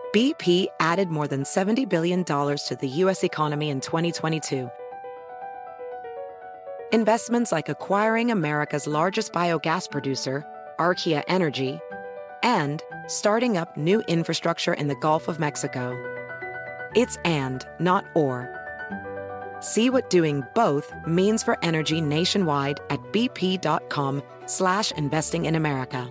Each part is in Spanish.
BP added more than $70 billion to the U.S. economy in 2022. Investments like acquiring America's largest biogas producer, Archaea Energy, and starting up new infrastructure in the Gulf of Mexico. It's and, not or. See what doing both means for energy nationwide at bp.com/investing in America.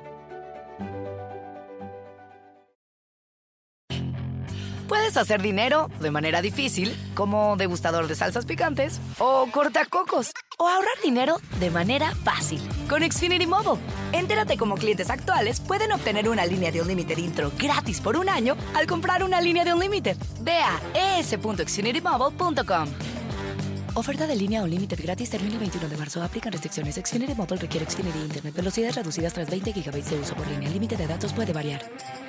Puedes hacer dinero de manera difícil, como degustador de salsas picantes, o cortacocos, o ahorrar dinero de manera fácil con Xfinity Mobile. Entérate cómo clientes actuales pueden obtener una línea de Unlimited intro gratis por un año al comprar una línea de Unlimited. Ve a es.xfinitymobile.com. Oferta de línea Unlimited gratis termina el 21 de marzo. Aplican restricciones. Xfinity Mobile requiere Xfinity Internet. Velocidades reducidas tras 20 GB de uso por línea. El límite de datos puede variar.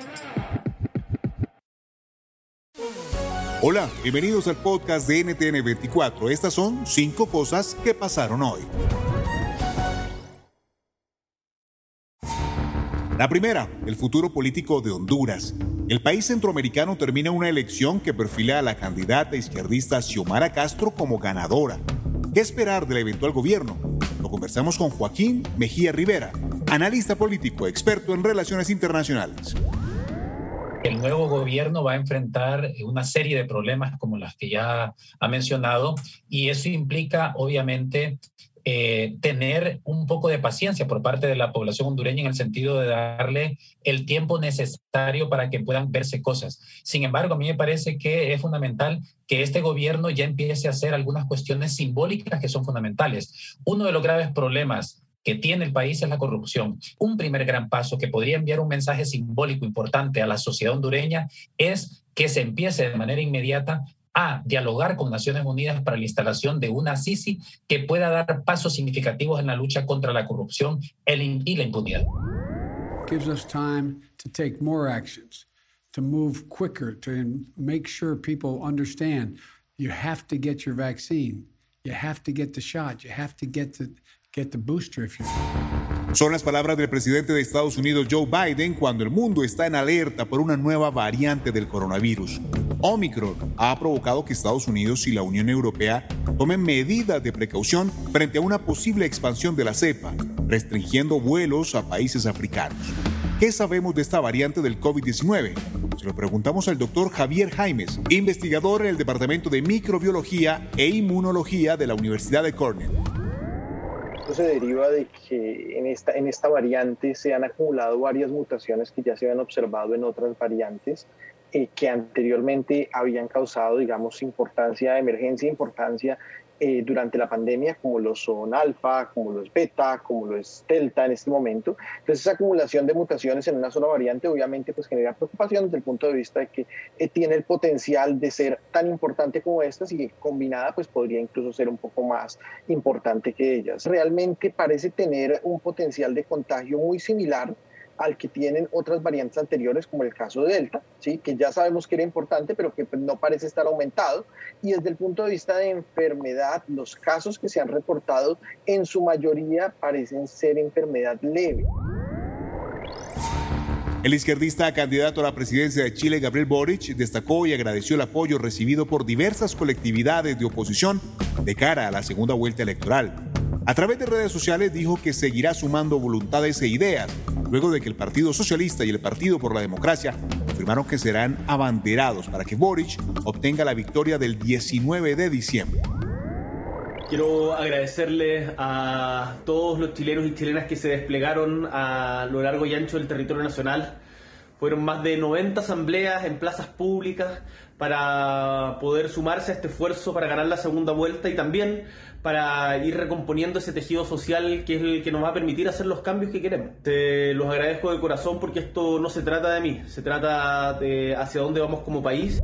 Hola, bienvenidos al podcast de NTN 24. Estas son 5 cosas que pasaron hoy. La primera, el futuro político de Honduras. El país centroamericano termina una elección que perfila a la candidata izquierdista Xiomara Castro como ganadora. ¿Qué esperar del eventual gobierno? Lo conversamos con Joaquín Mejía Rivera, analista político, experto en relaciones internacionales. El nuevo gobierno va a enfrentar una serie de problemas como las que ya ha mencionado, y eso implica, obviamente, tener un poco de paciencia por parte de la población hondureña en el sentido de darle el tiempo necesario para que puedan verse cosas. Sin embargo, a mí me parece que es fundamental que este gobierno ya empiece a hacer algunas cuestiones simbólicas que son fundamentales. Uno de los graves problemas que tiene el país es la corrupción. Un primer gran paso que podría enviar un mensaje simbólico importante a la sociedad hondureña es que se empiece de manera inmediata a dialogar con Naciones Unidas para la instalación de una CICI que pueda dar pasos significativos en la lucha contra la corrupción y la impunidad. Gives us time to take more actions, to move quicker, to make sure people understand you have to get your vaccine, you have to get the shot, you have to get the booster if you're... Son las palabras del presidente de Estados Unidos, Joe Biden, cuando el mundo está en alerta por una nueva variante del coronavirus. Omicron ha provocado que Estados Unidos y la Unión Europea tomen medidas de precaución frente a una posible expansión de la cepa, restringiendo vuelos a países africanos. ¿Qué sabemos de esta variante del COVID-19? Se lo preguntamos al doctor Javier Jaimes, investigador en el Departamento de Microbiología e Inmunología de la Universidad de Cornell. Se deriva de que en esta variante se han acumulado varias mutaciones que ya se habían observado en otras variantes que anteriormente habían causado, digamos, emergencia, importancia durante la pandemia, como lo son alfa, como lo es beta, como lo es delta en este momento. Entonces, esa acumulación de mutaciones en una sola variante obviamente pues genera preocupación desde el punto de vista de que tiene el potencial de ser tan importante como estas, y que combinada pues podría incluso ser un poco más importante que ellas. Realmente parece tener un potencial de contagio muy similar al que tienen otras variantes anteriores, como el caso de Delta, ¿sí? Que ya sabemos que era importante, pero que no parece estar aumentado. Y desde el punto de vista de enfermedad, los casos que se han reportado en su mayoría parecen ser enfermedad leve. El izquierdista candidato a la presidencia de Chile, Gabriel Boric, destacó y agradeció el apoyo recibido por diversas colectividades de oposición de cara a la segunda vuelta electoral. A través de redes sociales dijo que seguirá sumando voluntades e ideas, luego de que el Partido Socialista y el Partido por la Democracia confirmaron que serán abanderados para que Boric obtenga la victoria del 19 de diciembre. Quiero agradecerles a todos los chilenos y chilenas que se desplegaron a lo largo y ancho del territorio nacional. Fueron más de 90 asambleas en plazas públicas para poder sumarse a este esfuerzo para ganar la segunda vuelta y también para ir recomponiendo ese tejido social que es el que nos va a permitir hacer los cambios que queremos. Te los agradezco de corazón porque esto no se trata de mí, se trata de hacia dónde vamos como país.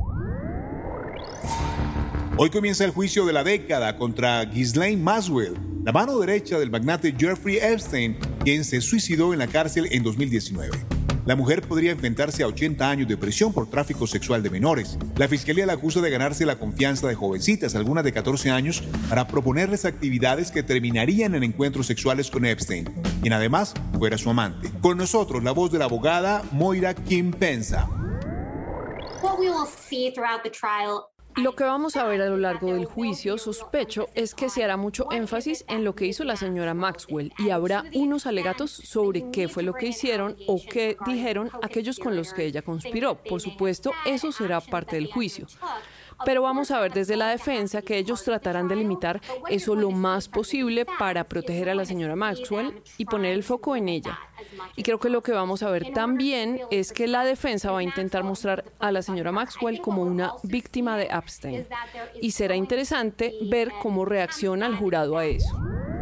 Hoy comienza el juicio de la década contra Ghislaine Maxwell, la mano derecha del magnate Jeffrey Epstein, quien se suicidó en la cárcel en 2019. La mujer podría enfrentarse a 80 años de prisión por tráfico sexual de menores. La fiscalía la acusa de ganarse la confianza de jovencitas, algunas de 14 años, para proponerles actividades que terminarían en encuentros sexuales con Epstein, quien además fuera su amante. Con nosotros, la voz de la abogada Moira Kim Penza. Lo que vamos a ver a lo largo del juicio, sospecho, es que se hará mucho énfasis en lo que hizo la señora Maxwell y habrá unos alegatos sobre qué fue lo que hicieron o qué dijeron aquellos con los que ella conspiró. Por supuesto, eso será parte del juicio. Pero vamos a ver desde la defensa que ellos tratarán de limitar eso lo más posible para proteger a la señora Maxwell y poner el foco en ella. Y creo que lo que vamos a ver también es que la defensa va a intentar mostrar a la señora Maxwell como una víctima de Epstein. Y será interesante ver cómo reacciona el jurado a eso.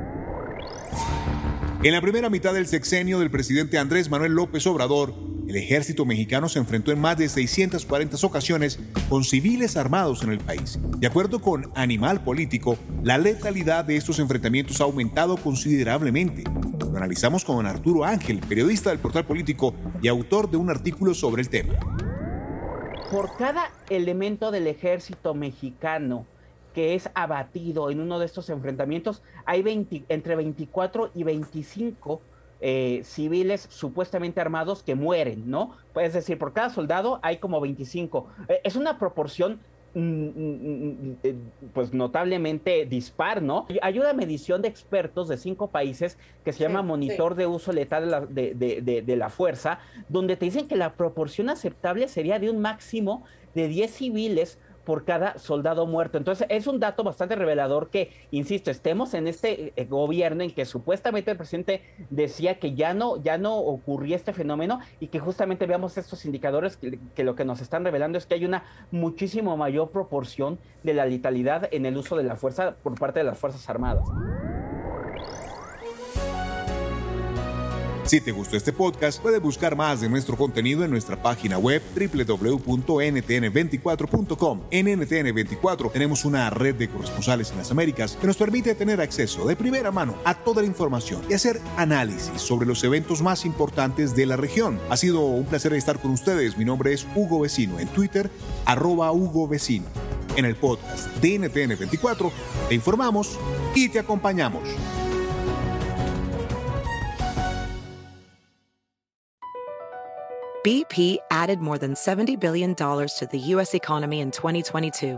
En la primera mitad del sexenio del presidente Andrés Manuel López Obrador, el ejército mexicano se enfrentó en más de 640 ocasiones con civiles armados en el país. De acuerdo con Animal Político, la letalidad de estos enfrentamientos ha aumentado considerablemente. Lo analizamos con Arturo Ángel, periodista del Portal Político y autor de un artículo sobre el tema. Por cada elemento del ejército mexicano que es abatido en uno de estos enfrentamientos, hay entre 24 y 25 civiles supuestamente armados que mueren, ¿no? Es decir, por cada soldado hay como 25. Es una proporción pues notablemente dispar, ¿no? Hay una medición de expertos de 5 países que se llama Monitor de Uso Letal de la Fuerza, donde te dicen que la proporción aceptable sería de un máximo de 10 civiles por cada soldado muerto. Entonces es un dato bastante revelador que, insisto, estemos en este gobierno en que supuestamente el presidente decía que ya no ocurría este fenómeno y que justamente veamos estos indicadores que lo que nos están revelando es que hay una muchísimo mayor proporción de la letalidad en el uso de la fuerza por parte de las Fuerzas Armadas. Si te gustó este podcast, puedes buscar más de nuestro contenido en nuestra página web www.ntn24.com. En NTN24 tenemos una red de corresponsales en las Américas que nos permite tener acceso de primera mano a toda la información y hacer análisis sobre los eventos más importantes de la región. Ha sido un placer estar con ustedes. Mi nombre es Hugo Vecino. En Twitter, @HugoVecino. En el podcast de NTN24 te informamos y te acompañamos. BP added more than $70 billion to the U.S. economy in 2022.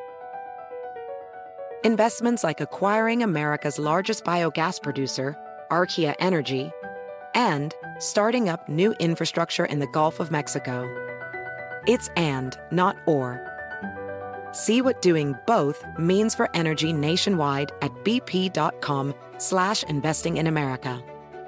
Investments like acquiring America's largest biogas producer, Archaea Energy, and starting up new infrastructure in the Gulf of Mexico. It's and, not or. See what doing both means for energy nationwide at bp.com/investing in America.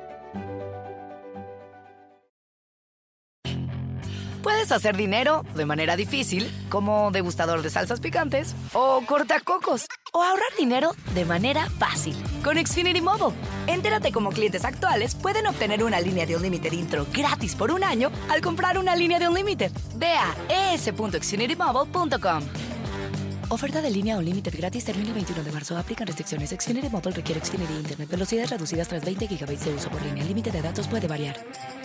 Puedes hacer dinero de manera difícil, como degustador de salsas picantes, o cortacocos, o ahorrar dinero de manera fácil con Xfinity Mobile. Entérate cómo clientes actuales pueden obtener una línea de Unlimited intro gratis por un año al comprar una línea de Unlimited. Ve a es.xfinitymobile.com. Oferta de línea Unlimited gratis termina el 21 de marzo. Aplican restricciones. Xfinity Mobile requiere Xfinity Internet. Velocidades reducidas tras 20 GB de uso por línea. El límite de datos puede variar.